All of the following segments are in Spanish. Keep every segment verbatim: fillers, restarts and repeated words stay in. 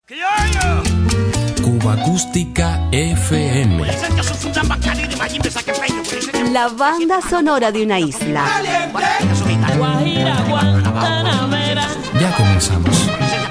Cuba Acústica F M. La banda sonora de una isla. Ya comenzamos.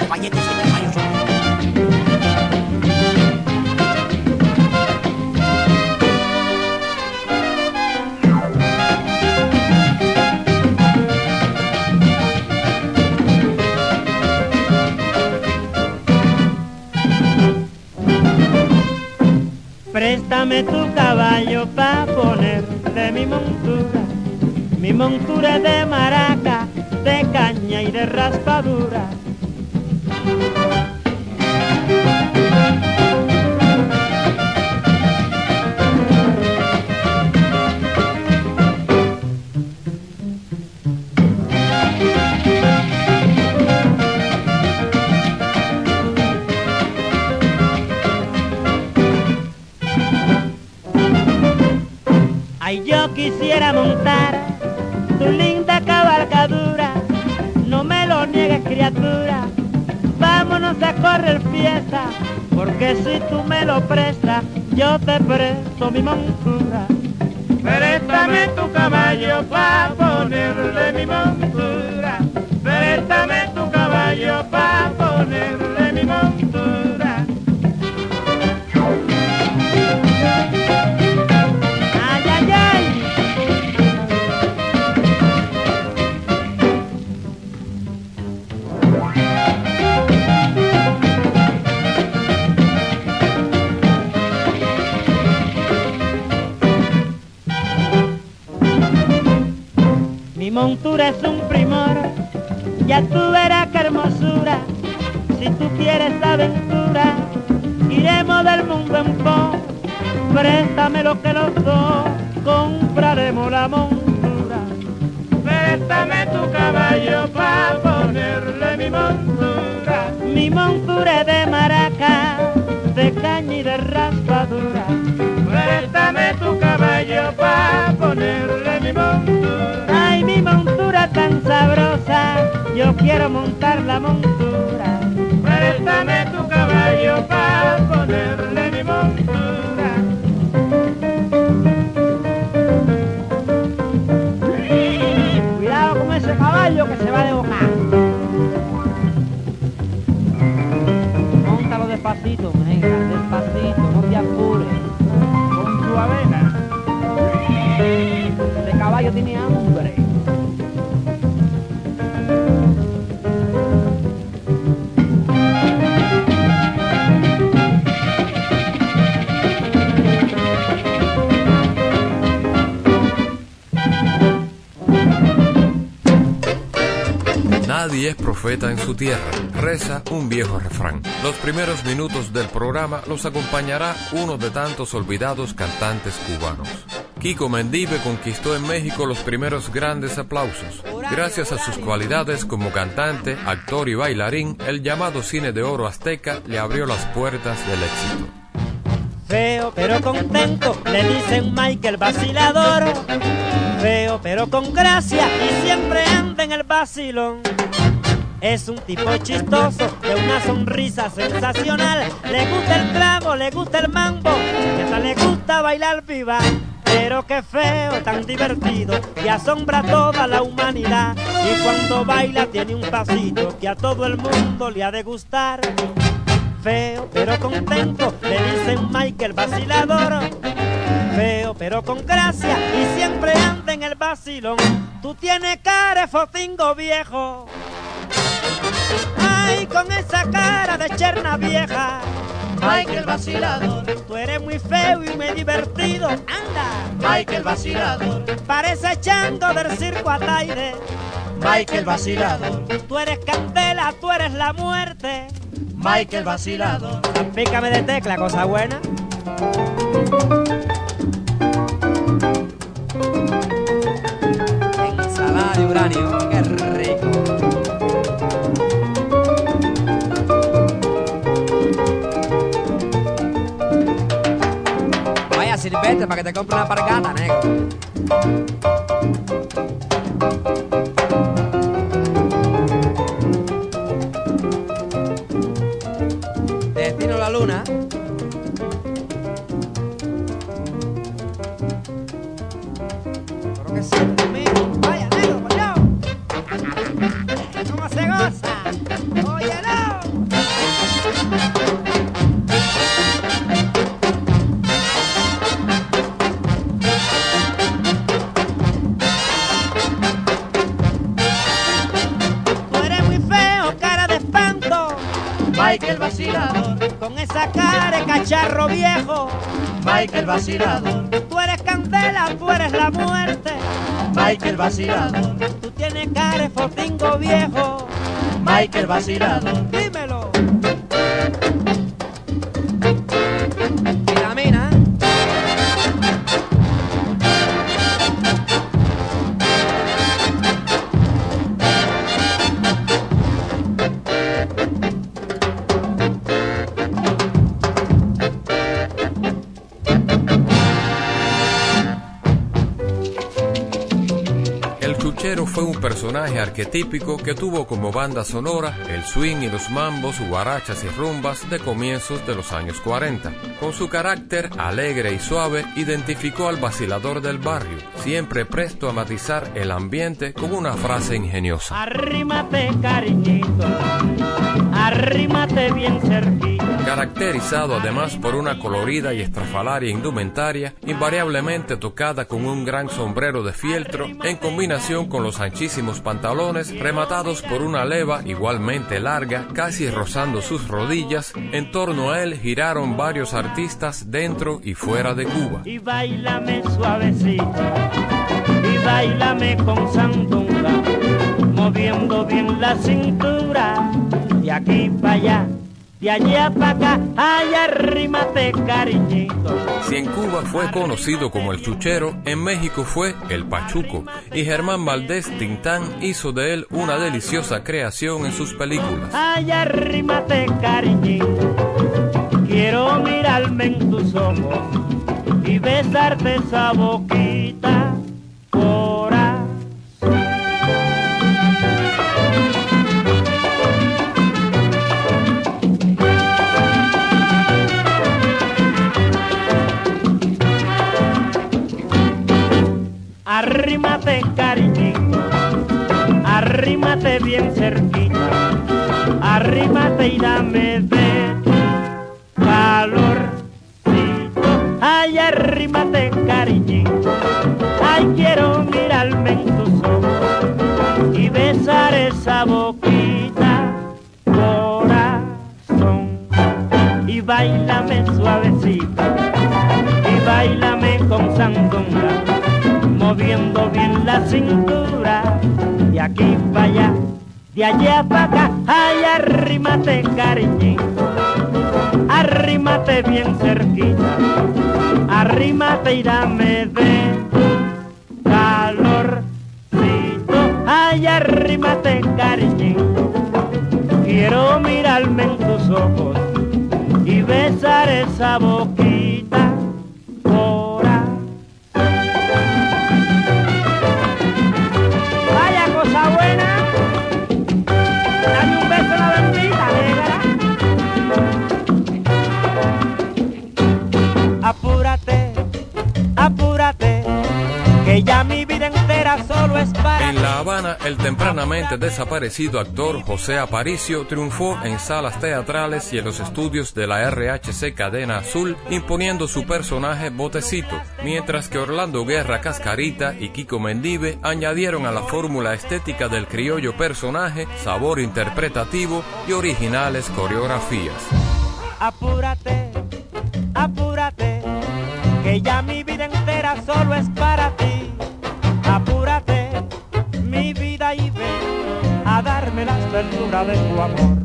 Préstame tu caballo pa' ponerle mi montura. Mi montura es de maraca, de caña y de raspadura. Ay, yo quisiera montar tu linda cabalgadura, no me lo niegues, criatura, vámonos a correr fiesta, porque si tú me lo prestas, yo te presto mi montura. Préstame tu caballo pa' ponerle mi montura, préstame tu caballo pa' ponerle mi montura. Mi montura es un primor, ya tú verás qué hermosura. Si tú quieres aventura, iremos del mundo en pos. Préstame lo que los dos compraremos la montura. Préstame tu caballo pa' ponerle mi montura. Mi montura es de maraca, de caña y de raspadura. Préstame tu caballo pa' ponerle mi montura. Ay, mi montura tan sabrosa, yo quiero montar la montura. Préstame tu caballo pa' ponerle mi montura. Cuidado con ese caballo que se va de boca. Móntalo despacito, negra, despacito, no te apures. Con tu avena. Ese caballo tiene hambre. Nadie es profeta en su tierra, reza un viejo refrán. Los primeros minutos del programa los acompañará uno de tantos olvidados cantantes cubanos. Kiko Mendive conquistó en México los primeros grandes aplausos. Gracias a sus cualidades como cantante, actor y bailarín, el llamado cine de oro azteca le abrió las puertas del éxito. Feo pero contento, le dicen Michael vacilador. Feo pero con gracia y siempre anda en el vacilón. Es un tipo chistoso, de una sonrisa sensacional. Le gusta el trago, le gusta el mambo, y hasta le gusta bailar viva. Pero qué feo, tan divertido, que asombra a toda la humanidad. Y cuando baila tiene un pasito que a todo el mundo le ha de gustar. Feo pero contento, le dicen Michael vacilador. Feo pero con gracia y siempre anda en el vacilón. Tú tienes cara de fotingo viejo, ay, con esa cara de cherna vieja. Michael vacilador, tú eres muy feo y muy divertido. Anda, Michael vacilador, parece chango del circo Ataide. Michael vacilador, tú eres candela, tú eres la muerte. Michael vacilador, pícame de tecla, cosa buena. Ensalada de uranio, qué rico. Vaya, sirvete para que te compre una pargata, negro. la luna. Creo que sí, amigo. Vaya, negro, por allá. ¿Cómo se goza? Óyelo. Michael vacilador, con esa cara de cacharro viejo. Michael vacilador, tú eres candela, tú eres la muerte. Michael vacilador, tú tienes cara de fotingo viejo. Michael vacilador, dímelo. Vitamina. Fue un personaje arquetípico que tuvo como banda sonora el swing y los mambos, guarachas y rumbas de comienzos de los años cuarenta. Con su carácter alegre y suave, identificó al vacilador del barrio, siempre presto a matizar el ambiente con una frase ingeniosa. Arrímate, cariñito, arrímate bien cerquita. Caracterizado además por una colorida y estrafalaria indumentaria, invariablemente tocada con un gran sombrero de fieltro, en combinación con los anchísimos pantalones rematados por una leva igualmente larga, casi rozando sus rodillas. En torno a él giraron varios artistas dentro y fuera de Cuba. Y bailame suavecito, y bailame con sandunga, moviendo bien la cintura, de aquí para allá, de allá para acá, ay, arrímate, cariñito. Si en Cuba fue conocido como el chuchero, en México fue el pachuco, y Germán Valdés Tintán hizo de él una deliciosa creación en sus películas. Ay, arrímate, cariñito, quiero mirarme en tus ojos y besarte esa boquita, corazón. Arrímate, cariñito, arrímate bien cerquita, arrímate y dame de tu calorcito. Ay, arrímate, cariñito, ay, quiero mirarme en tus ojos y besar esa boquita, corazón. Y báilame suavecito, y báilame con sandunga, moviendo bien la cintura, de aquí para allá, de allá para acá. Ay, arrímate, cariñito, arrímate bien cerquita, arrímate y dame de tu calorcito. Ay, arrímate, cariñito, quiero mirarme en tus ojos y besar esa boquita, corazón. Buena, dame un beso a la bendita negra. Apúrate, apúrate, que ya mi vida entera solo es para En La Habana, el tempranamente desaparecido actor José Aparicio triunfó en salas teatrales y en los estudios de la R H C Cadena Azul, imponiendo su personaje Botecito, mientras que Orlando Guerra Cascarita y Kiko Mendive añadieron a la fórmula estética del criollo personaje sabor interpretativo y originales coreografías. Apúrate, apúrate, que ya mi vida entera solo es para ti. Apúrate, mi vida, y ven a darme las verduras de tu amor.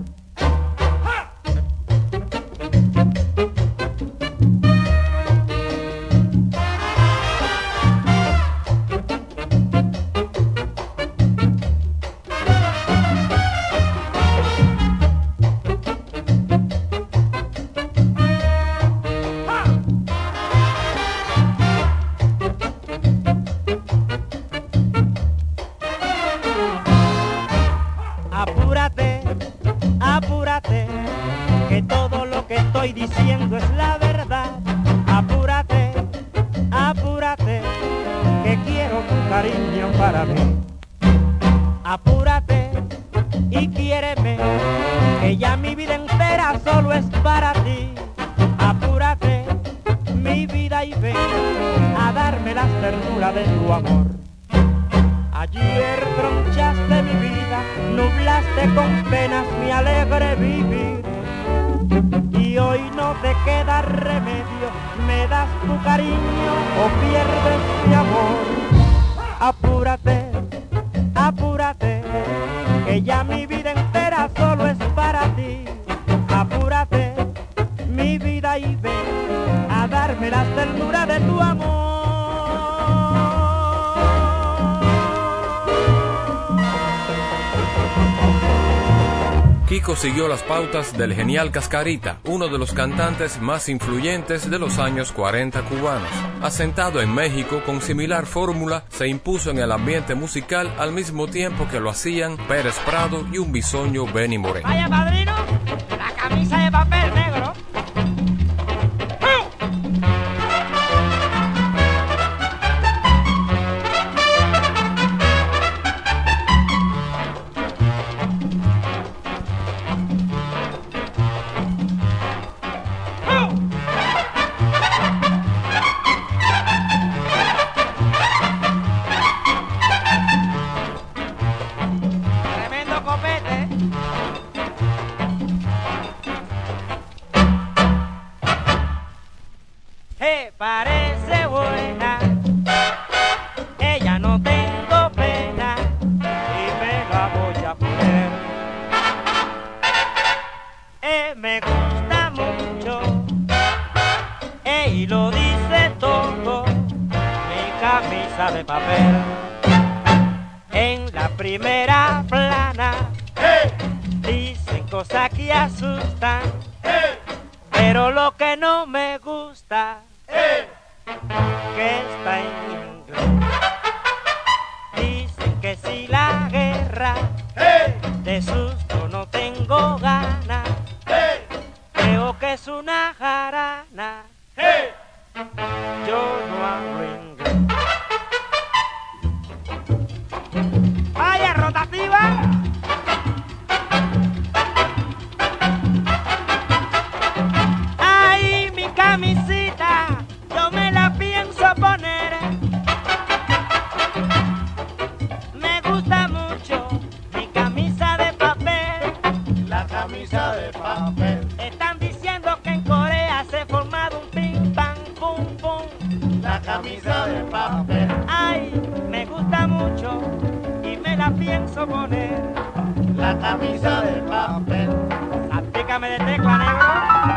que estoy diciendo es la verdad. Apúrate, apúrate, que quiero tu cariño para mí. Apúrate y quiéreme, que ya mi vida entera solo es para ti. Apúrate, mi vida, y ven a darme la ternura de tu amor. Ayer tronchaste mi vida, nublaste con penas mi alegre vivir. Y hoy no te queda remedio, me das tu cariño o pierdes mi amor. Apúrate, apúrate, que ya mi vida entera solo es para ti. Apúrate, mi vida, y ven a darme la ternura de tu amor. Kiko siguió las pautas del genial Cascarita, uno de los cantantes más influyentes de los años cuarenta cubanos. Asentado en México con similar fórmula, se impuso en el ambiente musical al mismo tiempo que lo hacían Pérez Prado y un bisoño Benny Moré. Vaya padrino, la camisa de papel negro. Parece buena, ella no tengo pena y me la voy a poner. Eh, me gusta mucho, eh, y lo dice todo, mi camisa de papel. En la primera plana, hey, dicen cosas que asustan, hey, pero lo que no me gusta, hey, que está en inglés. Dicen que si la guerra, hey, de susto no tengo ganas, hey, creo que es una jarana, hey, yo no hablo inglés. Vaya rotativa. Ay, mi camisita, yo me la pienso poner. Me gusta mucho mi camisa de papel. La camisa de papel. Están diciendo que en Corea se ha formado un pim pam pum pum. La camisa de papel. Ay, me gusta mucho y me la pienso poner. La camisa de papel. Salpícame de tecla, negro.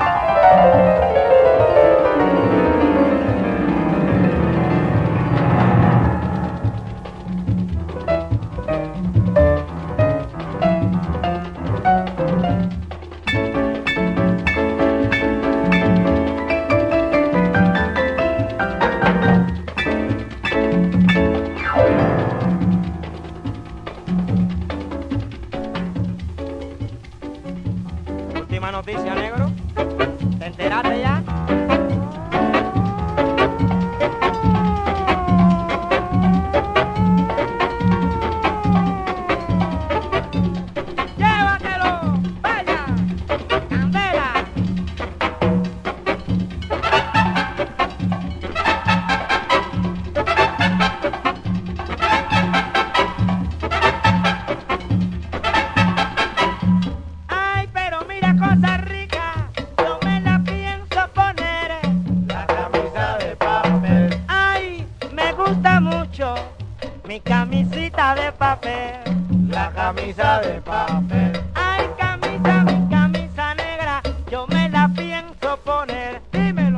Última noticia, negro. ¿Te enteraste ya? ¡Llévatelo! ¡Vaya! ¡Candela! Ay, pero mira cosa rica, yo me la pienso poner. La camisa de papel. Ay, me gusta mucho mi camisita de papel. La camisa de papel. Ay, camisa, mi camisa negra, yo me la pienso poner. Dímelo.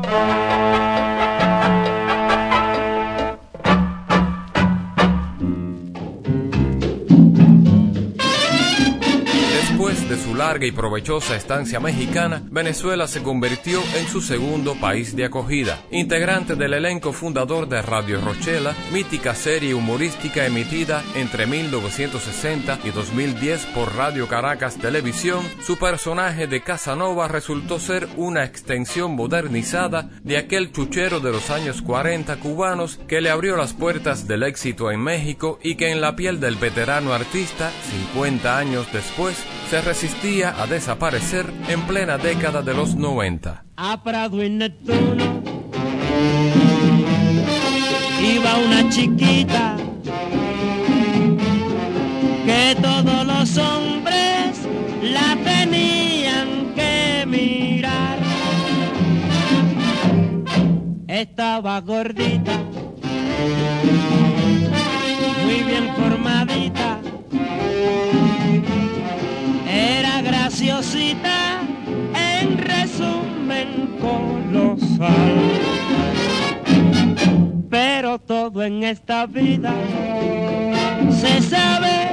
Después de su larga larga y provechosa estancia mexicana, Venezuela se convirtió en su segundo país de acogida. Integrante del elenco fundador de Radio Rochela, mítica serie humorística emitida entre mil novecientos sesenta y dos mil diez por Radio Caracas Televisión, su personaje de Casanova resultó ser una extensión modernizada de aquel chuchero de los años cuarenta cubanos que le abrió las puertas del éxito en México y que en la piel del veterano artista, cincuenta años después, se resistía a desaparecer en plena década de los noventa. A Prado y Neptuno iba una chiquita que todos los hombres la tenían que mirar. Estaba gordita, muy bien formadita, era graciosita, en resumen colosal. Pero todo en esta vida se sabe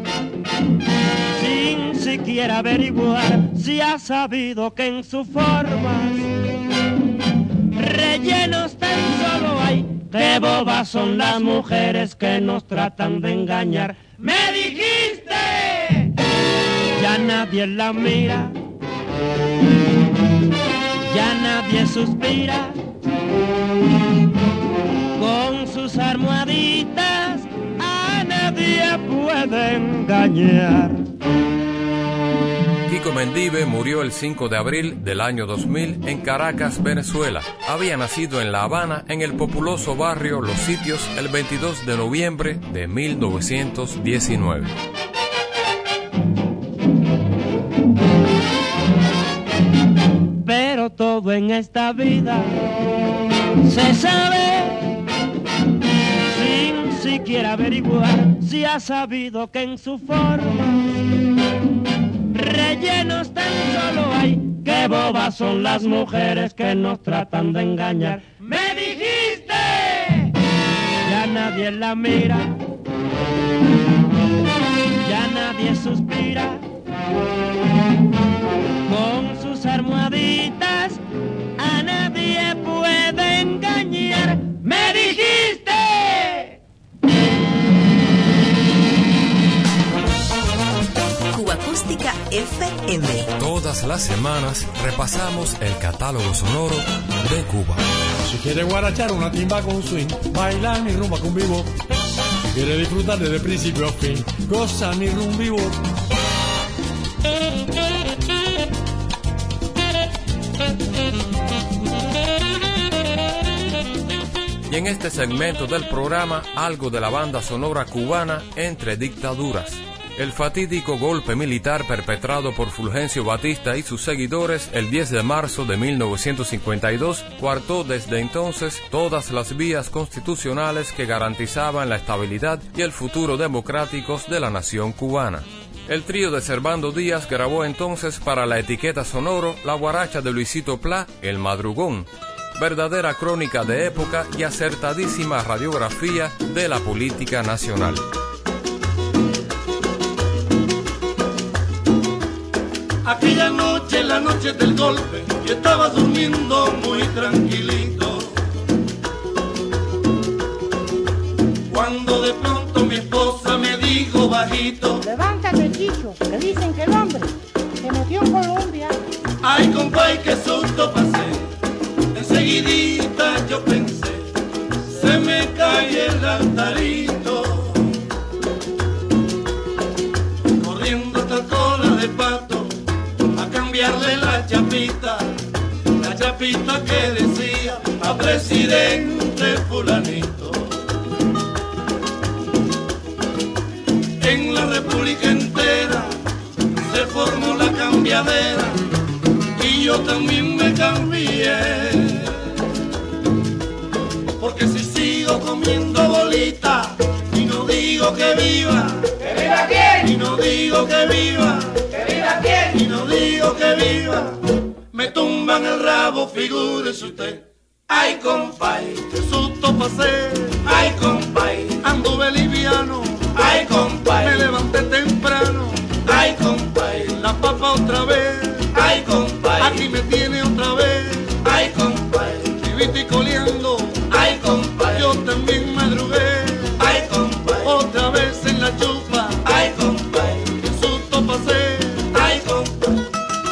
sin siquiera averiguar, si ha sabido que en sus formas rellenos tan solo hay. Qué bobas son las mujeres que nos tratan de engañar. ¡Me dijiste! Ya nadie la mira, ya nadie suspira, con sus almohaditas a nadie puede engañar. Kiko Mendive murió el cinco de abril del año dos mil en Caracas, Venezuela. Había nacido en La Habana, en el populoso barrio Los Sitios, el veintidós de noviembre de mil novecientos diecinueve. Pero todo en esta vida se sabe sin siquiera averiguar, si ha sabido que en su forma rellenos tan solo hay. Qué bobas son las mujeres que nos tratan de engañar. ¡Me dijiste! Ya nadie la mira, ya nadie suspira, con sus almohaditas a nadie puede engañar. ¡Me dijiste! Cuba Acústica F M. Todas las semanas repasamos el catálogo sonoro de Cuba. Si quiere guarachar una timba con swing, bailar mi rumba con vivo. Si quiere disfrutar desde principio a fin, goza mi rumba vivo. Y en este segmento del programa, algo de la banda sonora cubana entre dictaduras. El fatídico golpe militar perpetrado por Fulgencio Batista y sus seguidores el diez de marzo de mil novecientos cincuenta y dos coartó desde entonces todas las vías constitucionales que garantizaban la estabilidad y el futuro democráticos de la nación cubana. El trío de Servando Díaz grabó entonces para la etiqueta sonoro la guaracha de Luisito Pla, El Madrugón, verdadera crónica de época y acertadísima radiografía de la política nacional. Aquella noche, la noche del golpe, yo estaba durmiendo muy tranquilito, cuando de pronto mi esposa me dijo bajito: levántate, chicho, que dicen que el hombre se metió en Colombia. Ay, compay, qué susto pasé, enseguidita yo pensé, se me cae el altarito, corriendo hasta cola de pato a cambiarle la chapita, la chapita que decía a presidente fulanito. En la república entera se formó la cambiadera y yo también me cambié, porque si sigo comiendo bolita y no digo que viva, ¡que viva quién! Y no digo que viva, ¡que viva quién! Y no digo que viva, me tumban el rabo, figúrese usted. Ay, compay, qué susto pasé. Ay, compay, anduve liviano. Ay, compay, me levanté temprano. Ay, compay, la papa otra vez. Ay, compay. Aquí me tiene otra vez. Ay, compay. Viviste coleando. Ay, compay. Yo también madrugué. Ay, compay. Otra vez en la chupa. Ay, compay. Qué susto pasé. Ay, compay.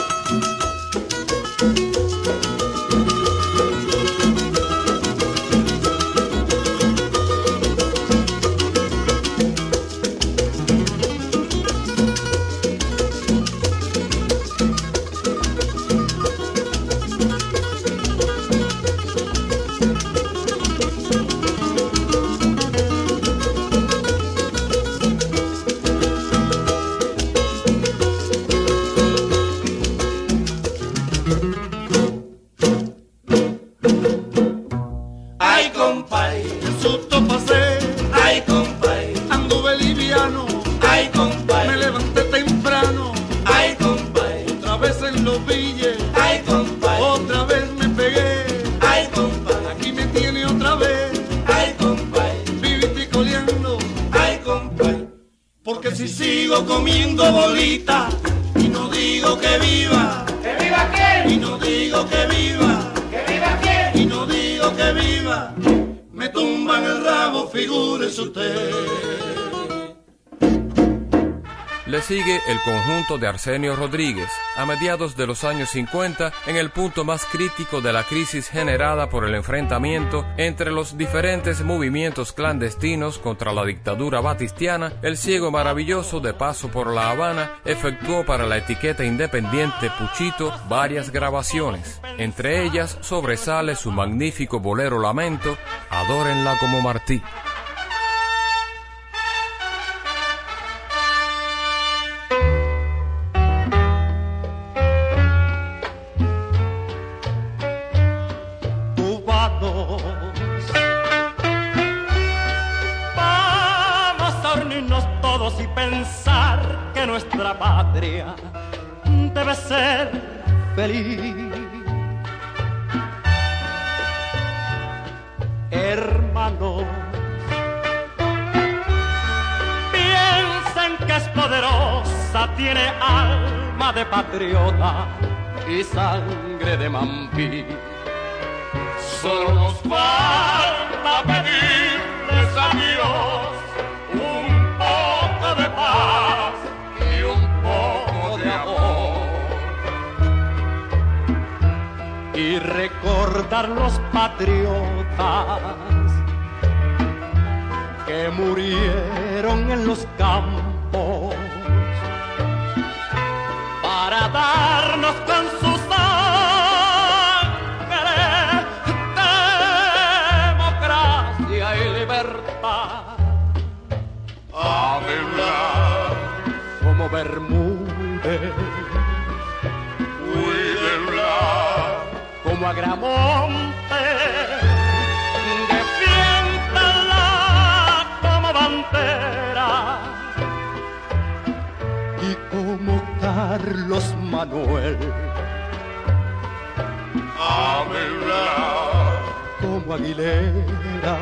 Ay, compay. Qué susto pasé. Ay, compay. Anduve liviano. Ay, compay. Me levanté temprano. Ay, compay. Otra vez en los billes. Ay, compay. Otra vez me pegué. Ay, compay. Aquí me tiene otra vez. Ay, compay. Viviste coleando. Ay, compay. Porque si sigo comiendo bolita y no digo que viva, ¿Que viva quién? y no digo que viva, ¿Que viva quién? y no digo que viva, me tumban el rabo, figúrese usted. Le sigue el conjunto de Arsenio Rodríguez, a mediados de los años cincuenta, en el punto más crítico de la crisis generada por el enfrentamiento entre los diferentes movimientos clandestinos contra la dictadura batistiana. El Ciego Maravilloso, de paso por La Habana, efectuó para la etiqueta independiente Puchito varias grabaciones. Entre ellas sobresale su magnífico bolero Lamento, Adórenla como Martí. Y pensar que nuestra patria debe ser feliz. Hermanos, piensen que es poderosa, tiene alma de patriota y sangre de mambí. Solo nos falta pedirles a Dios de paz y un poco de amor, y recordar los patriotas que murieron en los campos para darnos con su sangre democracia y libertad. Háblenla como Bermúdez, cuídenla como Agramonte, defiéndanla como bandera, y como Carlos Manuel, háblenla como Aguilera,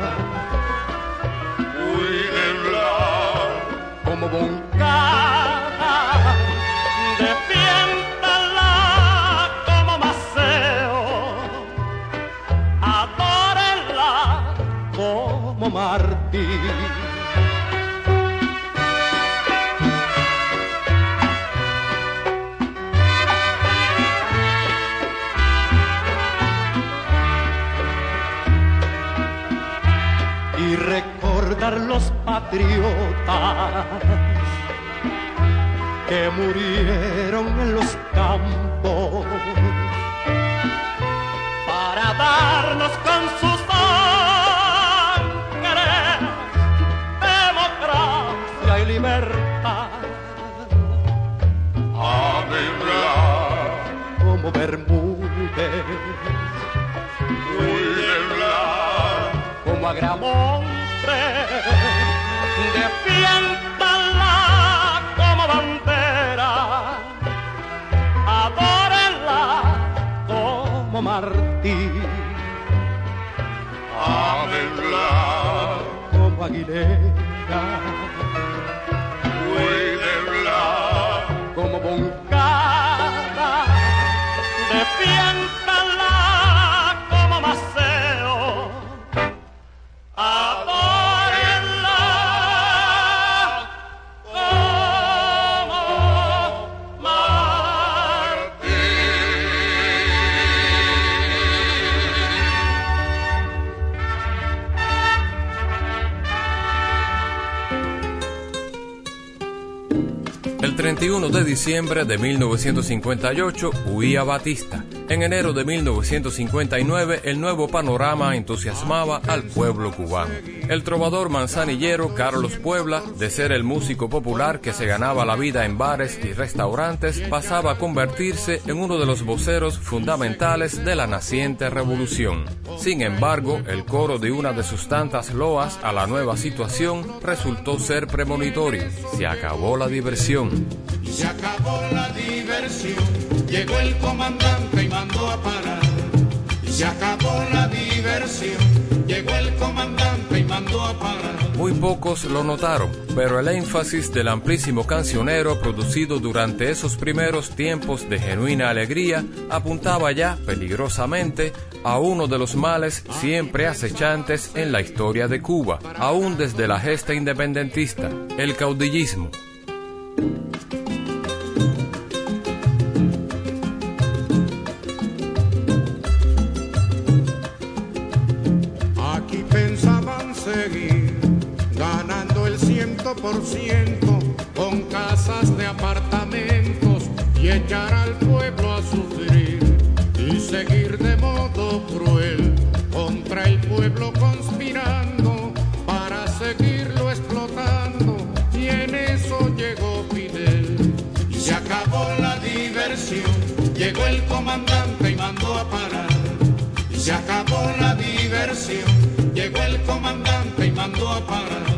cuídenla como Moncada, defiéndanla como Maceo, adórenla como Martí. Y recordar los patriotas que murieron en los campos para darnos con su sangre democracia y libertad. Háblenla como Bermúdez, cuídenla como Agramonte, defiéndanla como bandera, adórenla como Martí, háblenla como Aguilera, cuídenla como Moncada, treinta y uno de diciembre de mil novecientos cincuenta y ocho huía Batista. En enero de mil novecientos cincuenta y nueve, el nuevo panorama entusiasmaba al pueblo cubano. El trovador manzanillero Carlos Puebla, de ser el músico popular que se ganaba la vida en bares y restaurantes, pasaba a convertirse en uno de los voceros fundamentales de la naciente revolución. Sin embargo, el coro de una de sus tantas loas a la nueva situación resultó ser premonitorio. Se acabó la diversión. Se acabó la diversión, llegó el comandante y mandó a parar. Se acabó la diversión, llegó el comandante y mandó a parar. Muy pocos lo notaron, pero el énfasis del amplísimo cancionero producido durante esos primeros tiempos de genuina alegría apuntaba ya peligrosamente a uno de los males siempre acechantes en la historia de Cuba, aún desde la gesta independentista, el caudillismo. Aquí pensaban seguir ganando el ciento por ciento con casas de apartamentos y echar al pueblo a sufrir y seguir de modo cruel contra el pueblo conspirando para seguirlo explotando, y en eso llegó Fidel. Y se acabó la diversión, llegó el comandante y mandó a parar. Y se acabó la diversión, llegó el comandante y mandó a parar.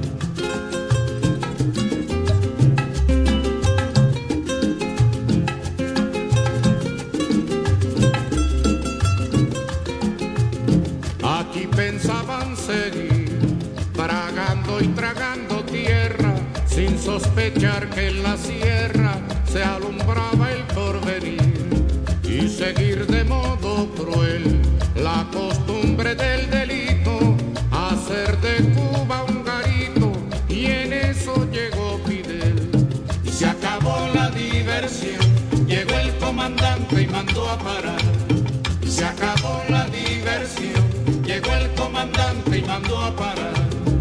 Aquí pensaban seguir tragando y tragando tierra sin sospechar que en la sierra se alumbraba el porvenir, y seguir de modo cruel la costumbre del delito, hacer de Cuba un garito, y en eso llegó Fidel. Y se acabó la diversión, llegó el comandante y mandó a parar. Y se acabó la diversión, llegó el comandante y mandó a parar.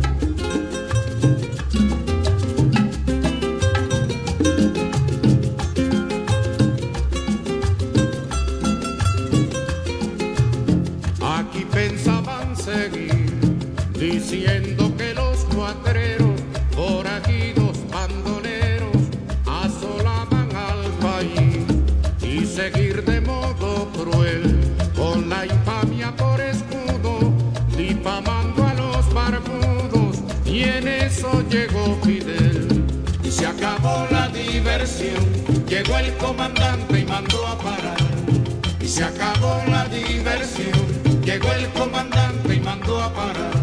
Aquí pensaban seguir diciendo que los cuatreros, forajidos, bandoneros, asolaban al país, y seguir de modo cruel con la infamia por escudo, difamando a los barbudos, y en eso llegó Fidel. Y se acabó la diversión, llegó el comandante y mandó a parar. Y se acabó la diversión, llegó el comandante y mandó a parar.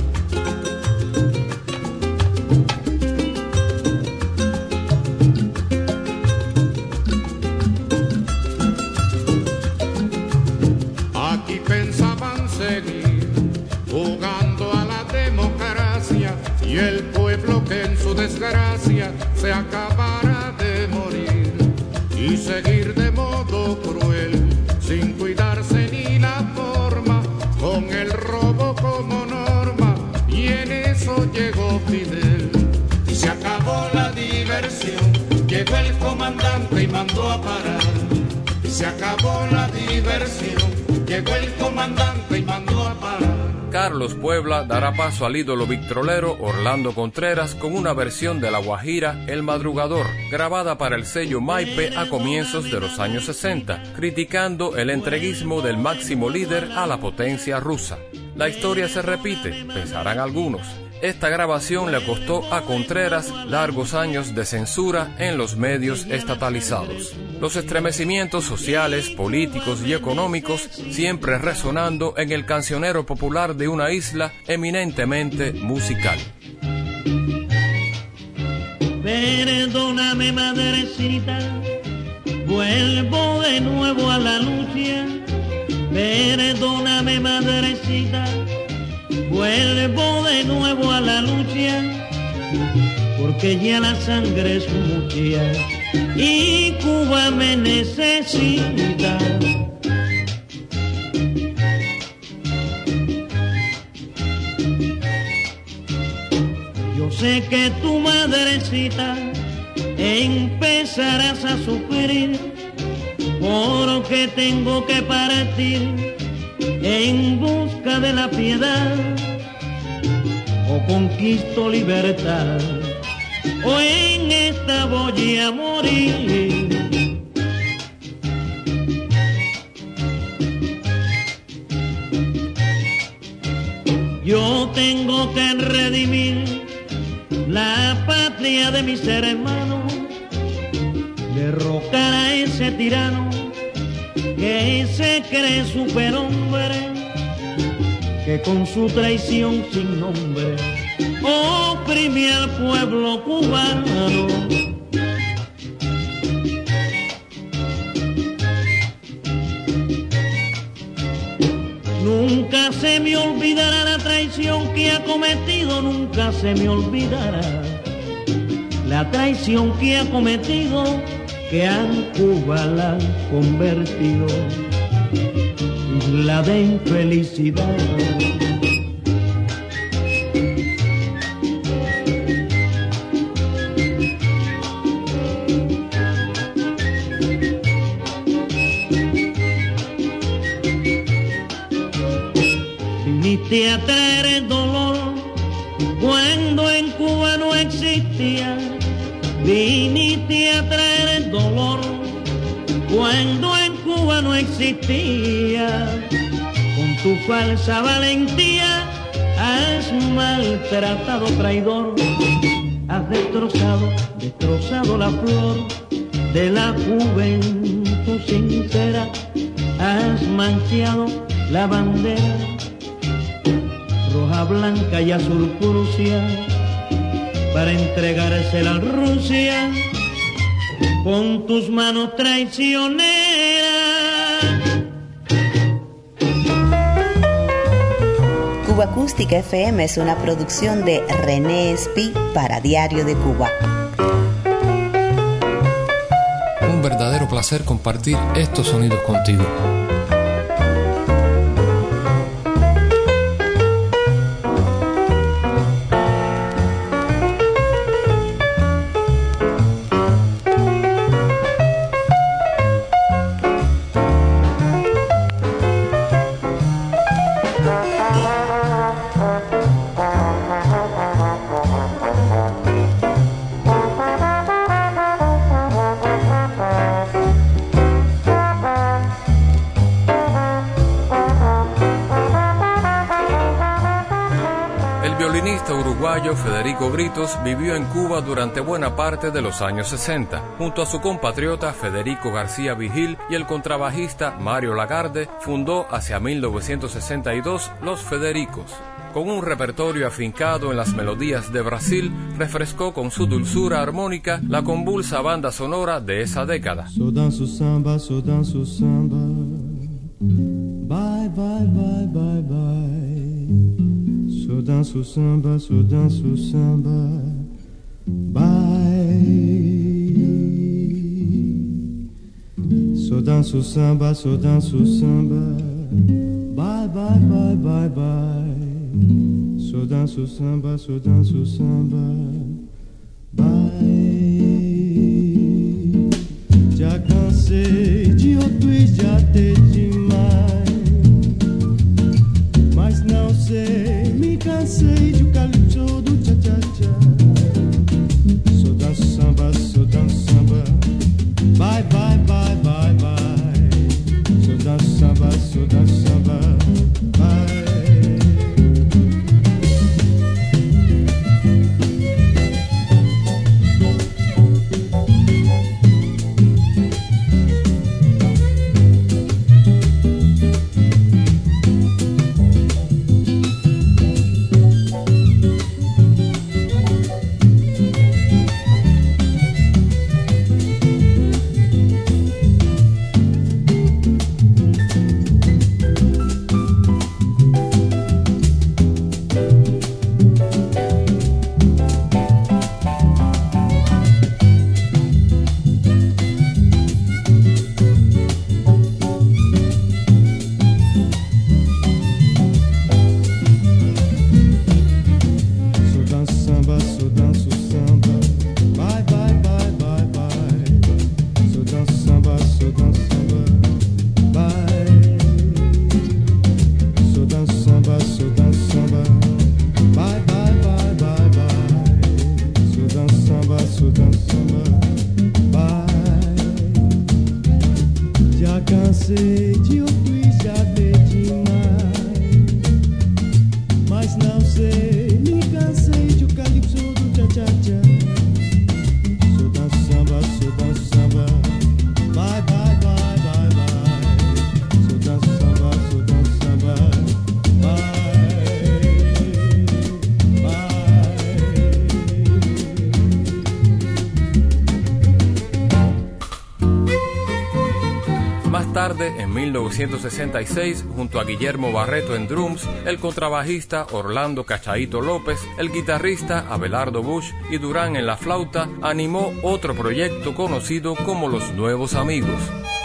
Aquí pensaban seguir jugando a la democracia, y el pueblo que en su desgracia se acabara de morir, y seguir de modo cruel sin cuidarse ni la forma, con el robo como norma, y en eso llegó Fidel. Y se acabó la diversión, llegó el comandante y mandó a parar. Y se acabó la diversión, llegó el comandante y mandó a parar. Carlos Puebla dará paso al ídolo victrolero Orlando Contreras con una versión de La Guajira, El Madrugador, grabada para el sello Maipe a comienzos de los años sesenta, criticando el entreguismo del máximo líder a la potencia rusa. La historia se repite, pensarán algunos. Esta grabación le costó a Contreras largos años de censura en los medios estatalizados. Los estremecimientos sociales, políticos y económicos siempre resonando en el cancionero popular de una isla eminentemente musical. Perdóname, madrecita, vuelvo de nuevo a la lucha. Perdóname, madrecita, vuelvo de nuevo a la lucha, porque ya la sangre es mucha y Cuba me necesita. Yo sé que tu madrecita empezarás a sufrir, porque tengo que partir en busca de la piedad, o conquisto libertad, o en esta voy a morir. Yo tengo que redimir la patria de mis hermanos, derrocar a ese tirano que se cree superhombre, que con su traición sin nombre oprime al pueblo cubano. Nunca se me olvidará la traición que ha cometido, nunca se me olvidará la traición que ha cometido, que a Cuba la han convertido isla de infelicidad. Viniste a traer el dolor cuando en Cuba no existía. Viniste a traer el dolor cuando en Cuba no existía. Con tu falsa valentía has maltratado, traidor. Has destrozado, destrozado la flor de la juventud sincera. Has manchado la bandera roja, blanca y azul Prusia para entregársela a Rusia con tus manos traicioneras. Cuba Acústica F M es una producción de René Espí para Diario de Cuba. Un verdadero placer compartir estos sonidos contigo. Federico Britos vivió en Cuba durante buena parte de los años sesenta. Junto a su compatriota Federico García Vigil y el contrabajista Mario Lagarde, fundó hacia mil novecientos sesenta y dos Los Federicos. Con un repertorio afincado en las melodías de Brasil, refrescó con su dulzura armónica la convulsa banda sonora de esa década. So danço samba, so danço samba. Bye, bye, bye, bye, bye. So danço samba, so danço samba. Bye. So danço samba, so danço samba. Bye, bye, bye, bye, bye. So danço samba, so danço samba. Bye. Já cansei de outro e já ter demais, mas não sei, me cansei de o calypso do tcha-tcha-tcha. So danço samba, so danço samba. Bye, bye, bye, bye, bye. So danço samba, so danço samba. Bye. mil novecientos sesenta y seis, junto a Guillermo Barreto en drums, el contrabajista Orlando Cachaito López, el guitarrista Abelardo Bush y Durán en la flauta, animó otro proyecto conocido como Los Nuevos Amigos.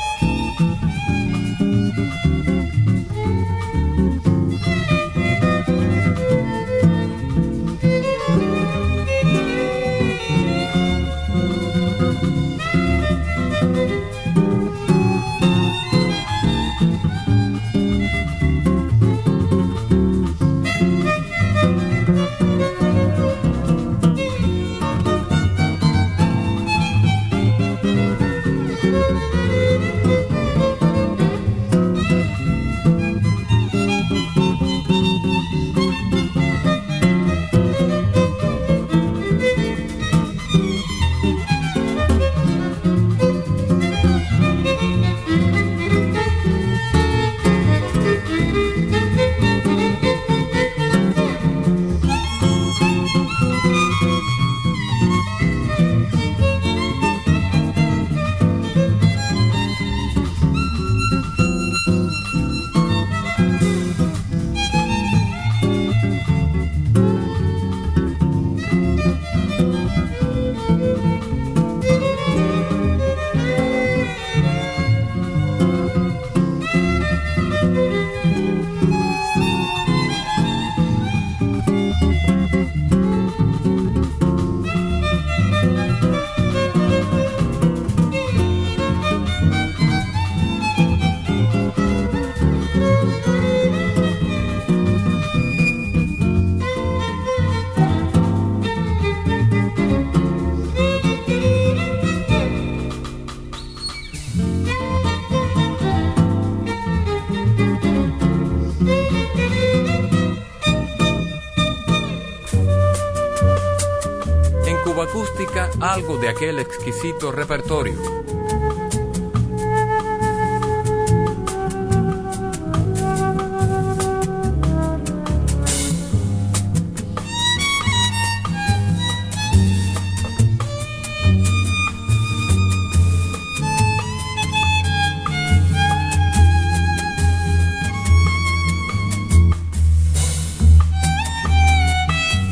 Acústica, algo de aquel exquisito repertorio.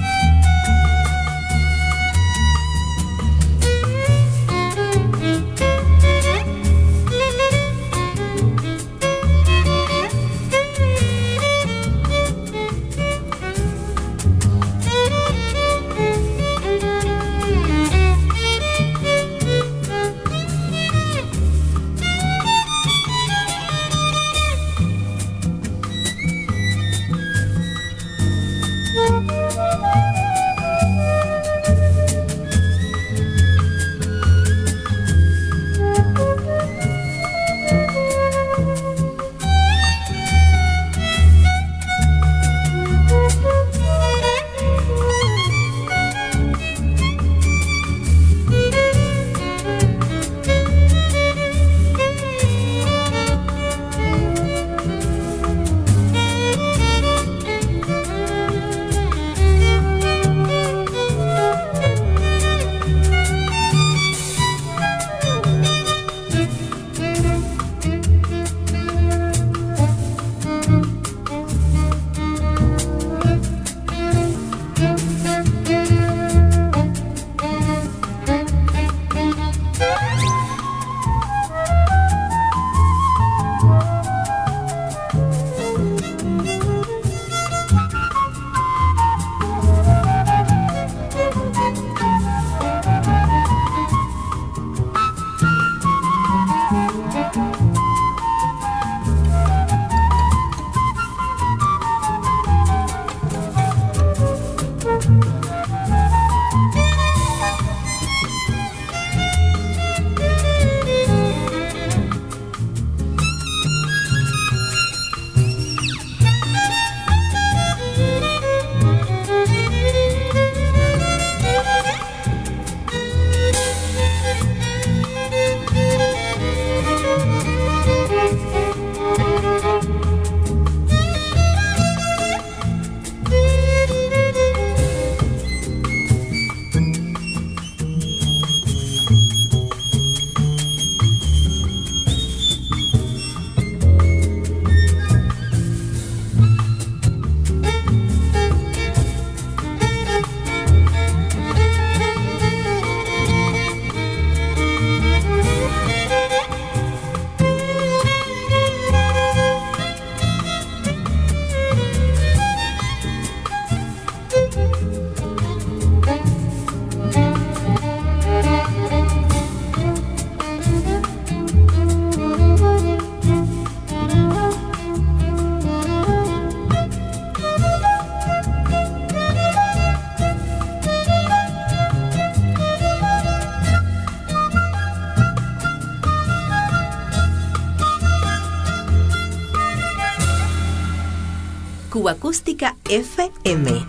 Thank you. Cuba Acústica F M.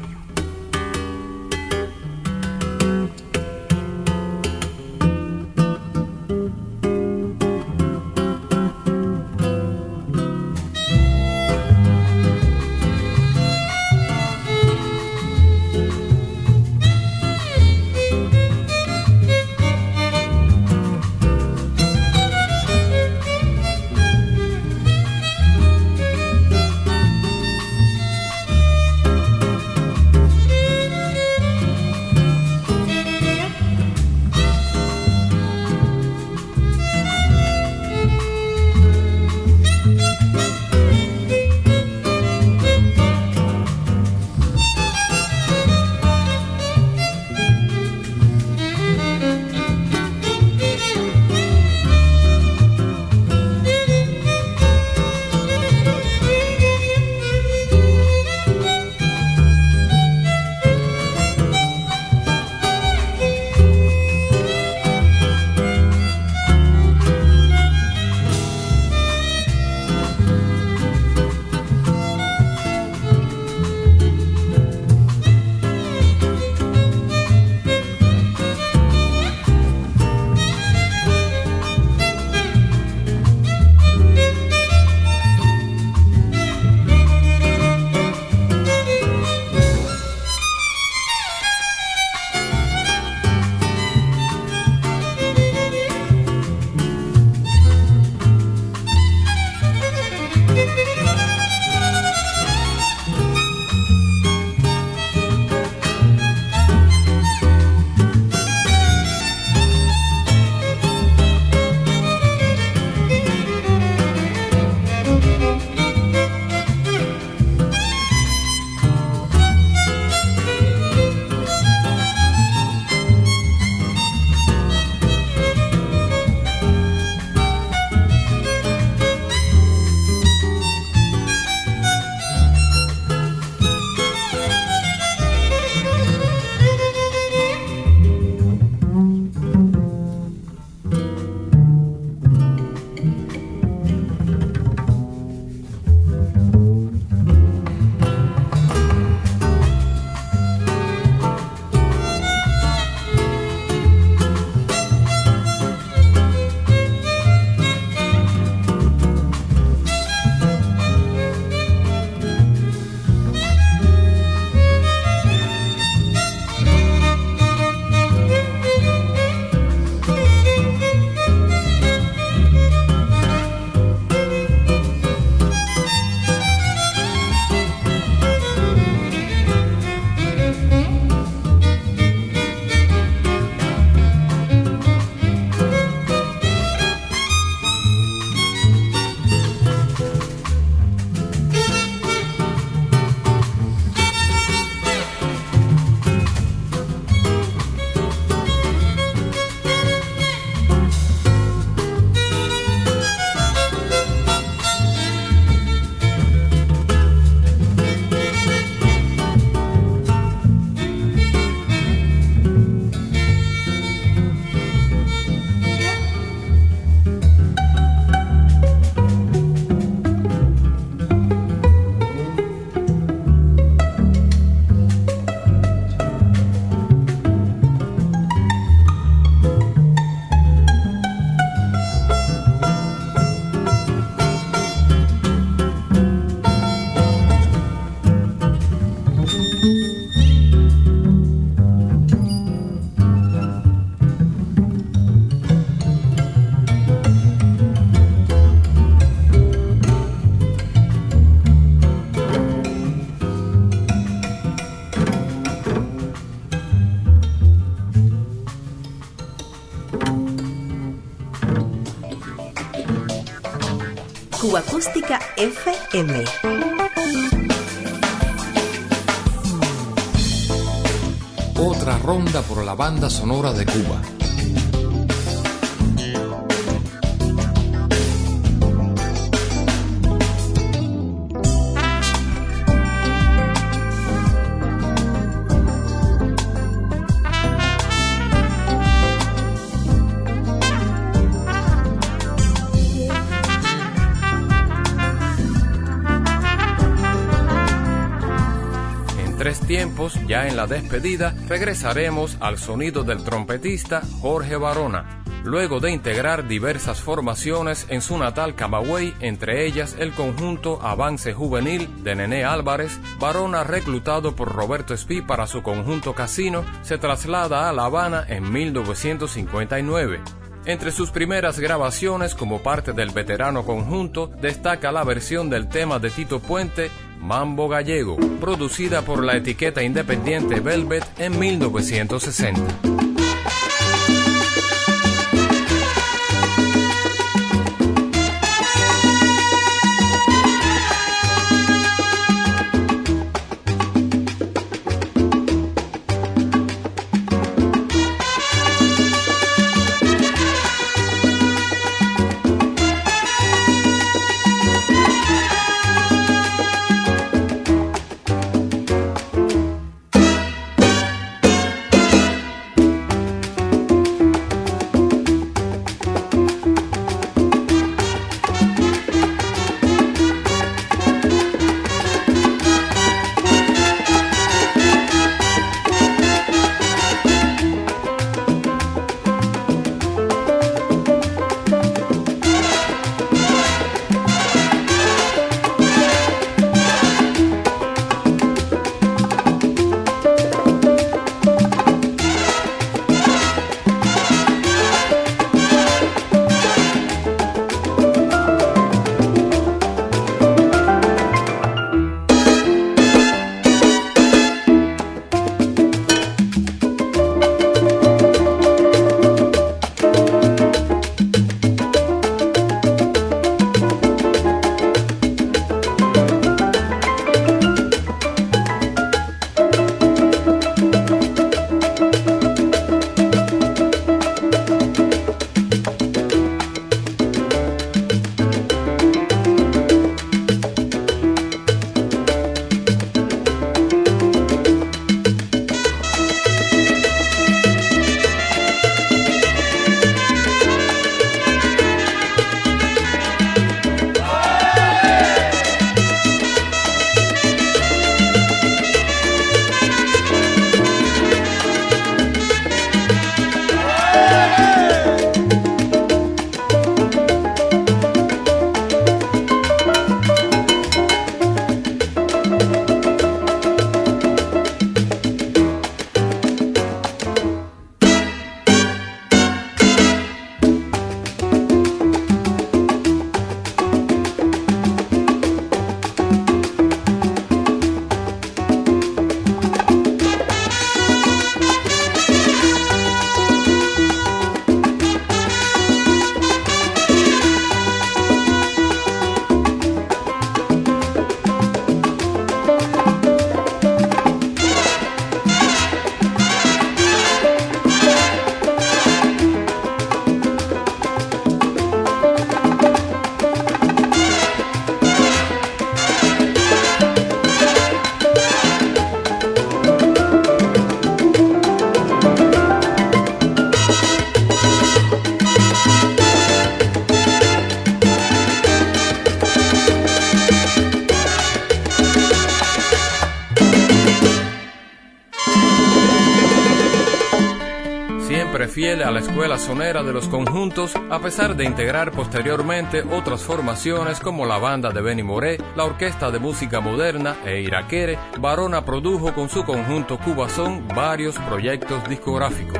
Cuba Acústica F M. Otra ronda por la banda sonora de Cuba. tres tiempos, ya en la despedida, regresaremos al sonido del trompetista Jorge Barona, luego de integrar diversas formaciones en su natal Camagüey, entre ellas el conjunto Avance Juvenil de Nené Álvarez. Barona, reclutado por Roberto Espí para su conjunto Casino, se traslada a La Habana en mil novecientos cincuenta y nueve. Entre sus primeras grabaciones como parte del veterano conjunto, destaca la versión del tema de Tito Puente, Mambo Gallego, producida por la etiqueta independiente Velvet en mil novecientos sesenta. fiel a la escuela sonera de los conjuntos, a pesar de integrar posteriormente otras formaciones como la banda de Benny Moré, la Orquesta de Música Moderna e Iraquere. Barona produjo con su conjunto Cubazón varios proyectos discográficos.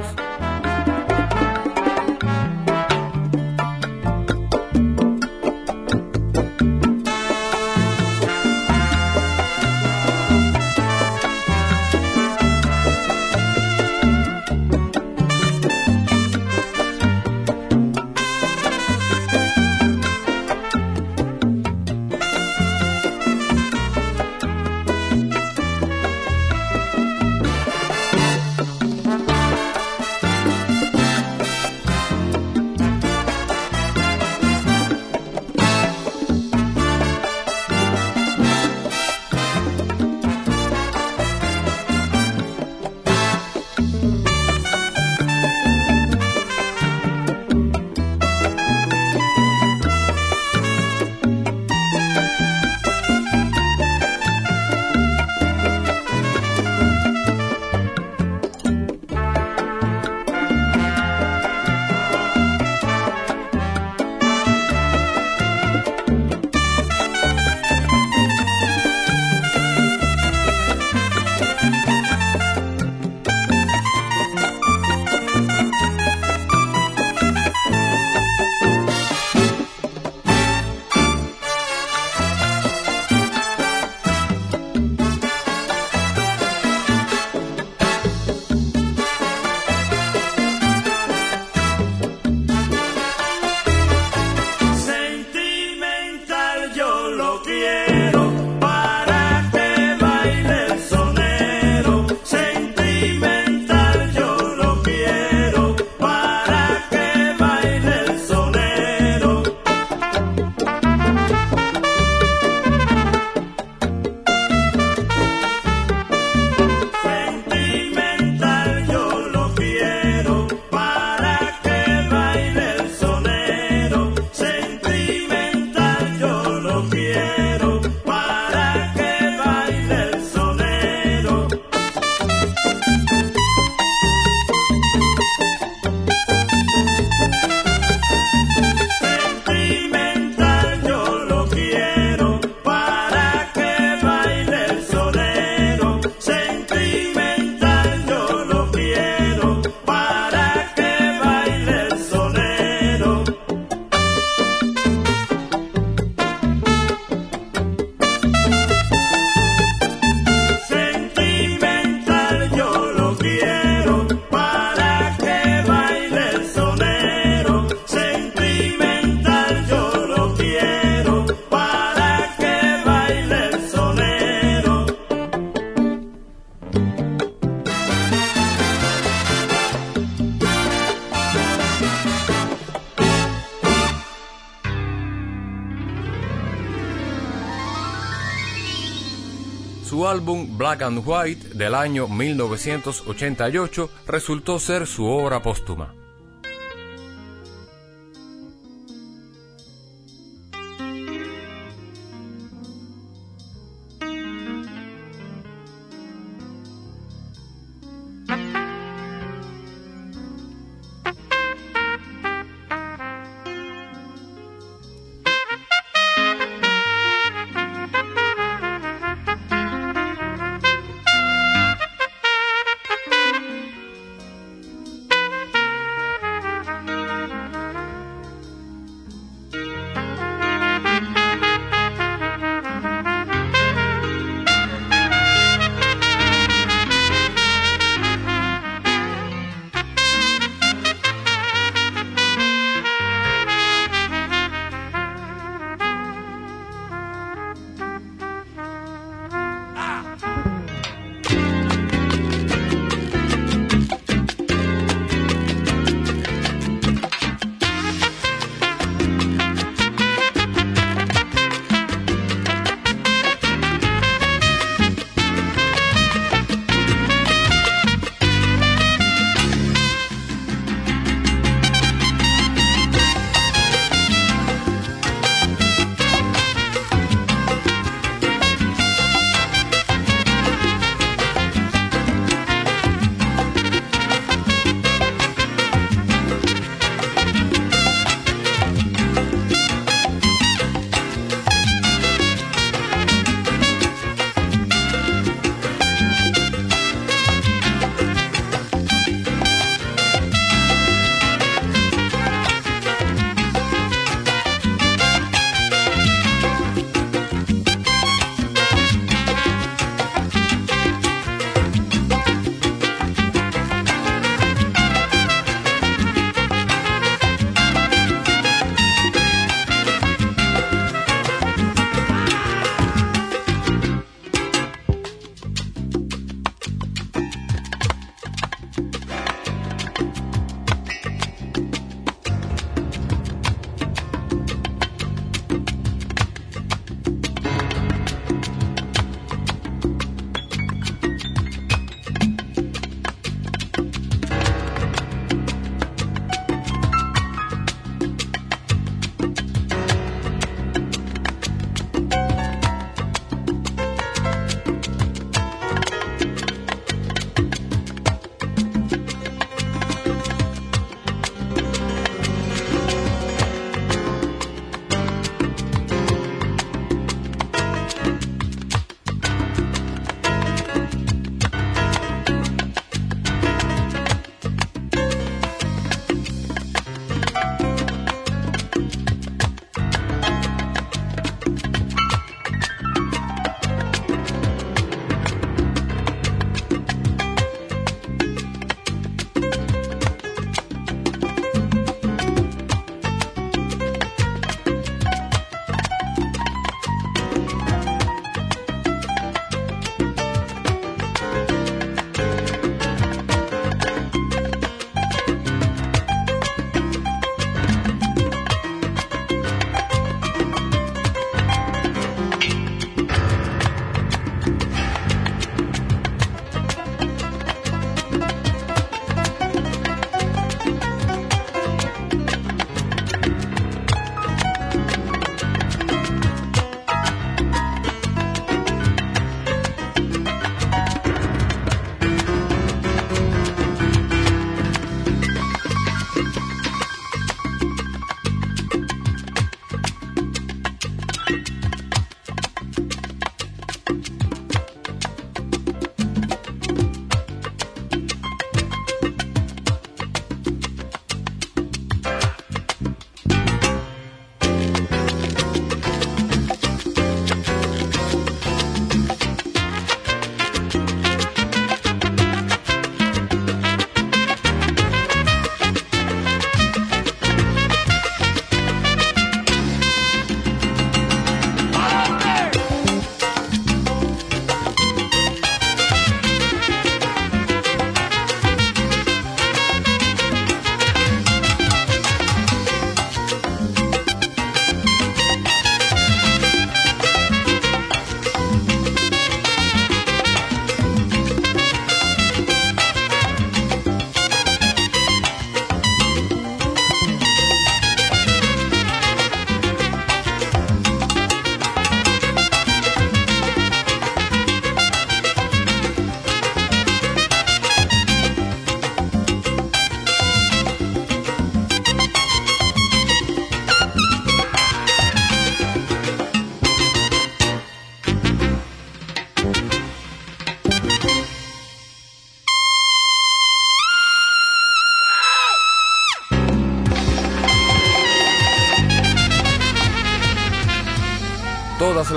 Su álbum Black and White del año mil novecientos ochenta y ocho resultó ser su obra póstuma.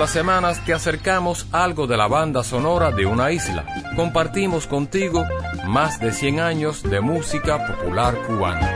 las semanas te acercamos algo de la banda sonora de una isla. Compartimos contigo más de cien años de música popular cubana.